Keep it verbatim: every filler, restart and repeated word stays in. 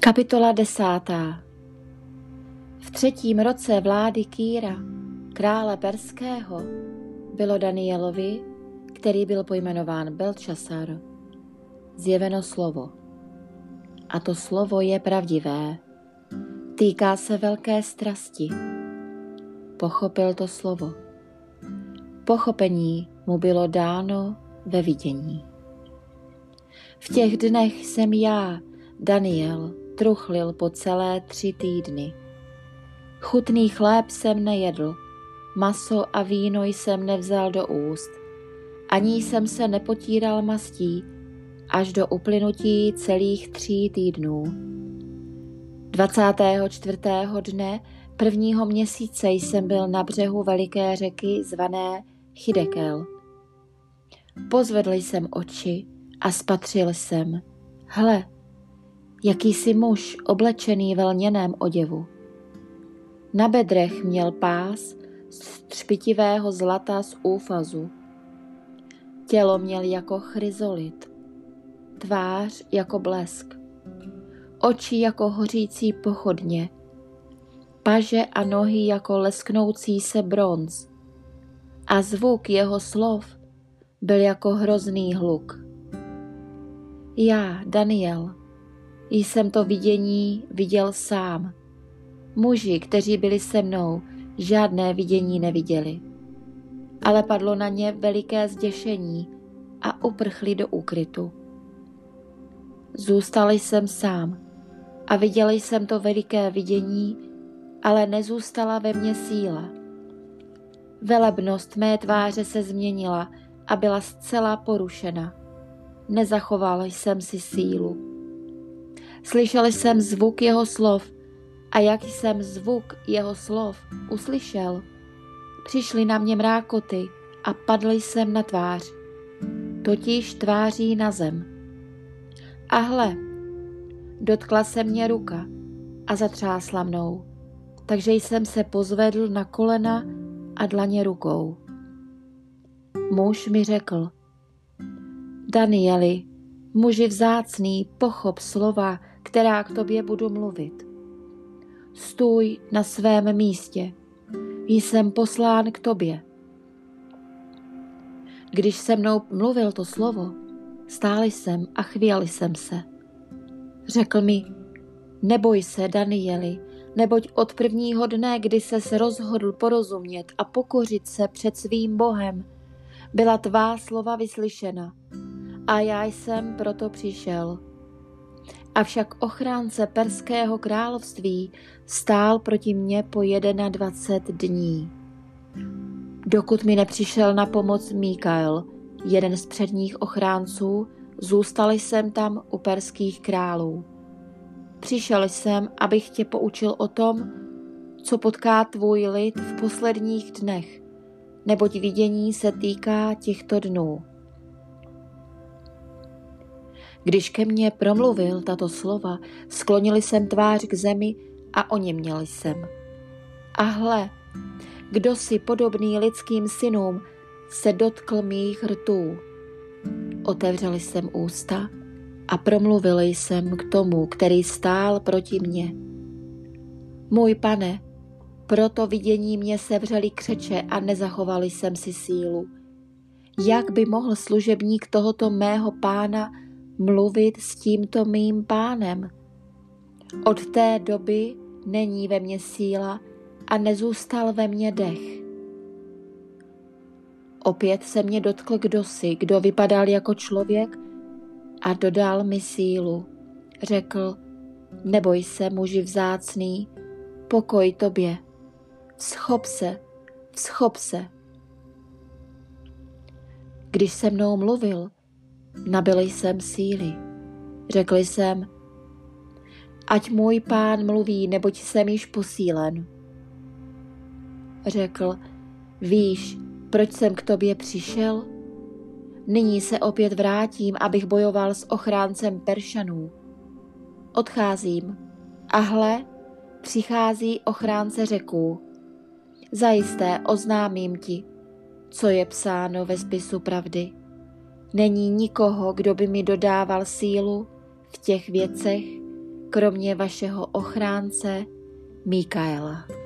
Kapitola desátá. V třetím roce vlády Kýra, krále perského, bylo Danielovi, který byl pojmenován Beltšasar, zjeveno slovo. A to slovo je pravdivé. Týká se velké strasti. Pochopil to slovo. Pochopení mu bylo dáno ve vidění. V těch dnech jsem já, Daniel, truchlil po celé tři týdny. Chutný chléb jsem nejedl, maso a víno jsem nevzal do úst, ani jsem se nepotíral mastí až do uplynutí celých tří týdnů. dvacátého čtvrtého dne prvního měsíce jsem byl na břehu veliké řeky zvané Chidekel. Pozvedl jsem oči a spatřil jsem, hle, jakýsi muž oblečený ve lněném oděvu. Na bedrech měl pás z třpitivého zlata z úfazu. Tělo měl jako chryzolit, tvář jako blesk, oči jako hořící pochodně, paže a nohy jako lesknoucí se bronz a zvuk jeho slov byl jako hrozný hluk. Já, Daniel, jsem to vidění viděl sám. Muži, kteří byli se mnou, žádné vidění neviděli. Ale padlo na ně veliké zděšení a uprchli do úkrytu. Zůstal jsem sám a viděl jsem to veliké vidění, ale nezůstala ve mně síla. Velebnost mé tváře se změnila a byla zcela porušena. Nezachoval jsem si sílu. Slyšel jsem zvuk jeho slov a jak jsem zvuk jeho slov uslyšel, přišly na mě mrákoty a padl jsem na tvář, totiž tváří na zem. A hle, dotkla se mě ruka a zatřásla mnou, takže jsem se pozvedl na kolena a dlaně rukou. Muž mi řekl, Danieli, muži vzácný, pochop slova, která k tobě budu mluvit. Stůj na svém místě, jsem poslán k tobě. Když se mnou mluvil to slovo, stál jsem a chvěl jsem se. Řekl mi, neboj se, Danieli, neboť od prvního dne, kdy ses rozhodl porozumět a pokořit se před svým Bohem, byla tvá slova vyslyšena a já jsem proto přišel. Avšak ochránce perského království stál proti mně po dvacet jedna dní. Dokud mi nepřišel na pomoc Míkael, jeden z předních ochránců, zůstal jsem tam u perských králů. Přišel jsem, abych tě poučil o tom, co potká tvůj lid v posledních dnech, neboť vidění se týká těchto dnů. Když ke mně promluvil tato slova, sklonil jsem tvář k zemi a oněměl jsem. A hle, kdo si podobný lidským synům se dotkl mých rtů. Otevřel jsem ústa a promluvil jsem k tomu, který stál proti mně. Můj pane, proto vidění mě sevřeli křeče a nezachovali jsem si sílu. Jak by mohl služebník tohoto mého pána mluvit s tímto mým pánem? Od té doby není ve mně síla a nezůstal ve mně dech. Opět se mě dotkl kdosi, kdo vypadal jako člověk a dodal mi sílu. Řekl, neboj se, muži vzácný, pokoj tobě, vzchop se, vzchop se. Když se mnou mluvil, nabyl jsem síly. Řekl jsem, ať můj pán mluví, neboť jsem již posílen. Řekl, víš, proč jsem k tobě přišel? Nyní se opět vrátím, abych bojoval s ochráncem Peršanů. Odcházím a hle, přichází ochránce řeků. Zajisté oznámím ti, co je psáno ve spisu pravdy. Není nikoho, kdo by mi dodával sílu v těch věcech, kromě vašeho ochránce Mikaela.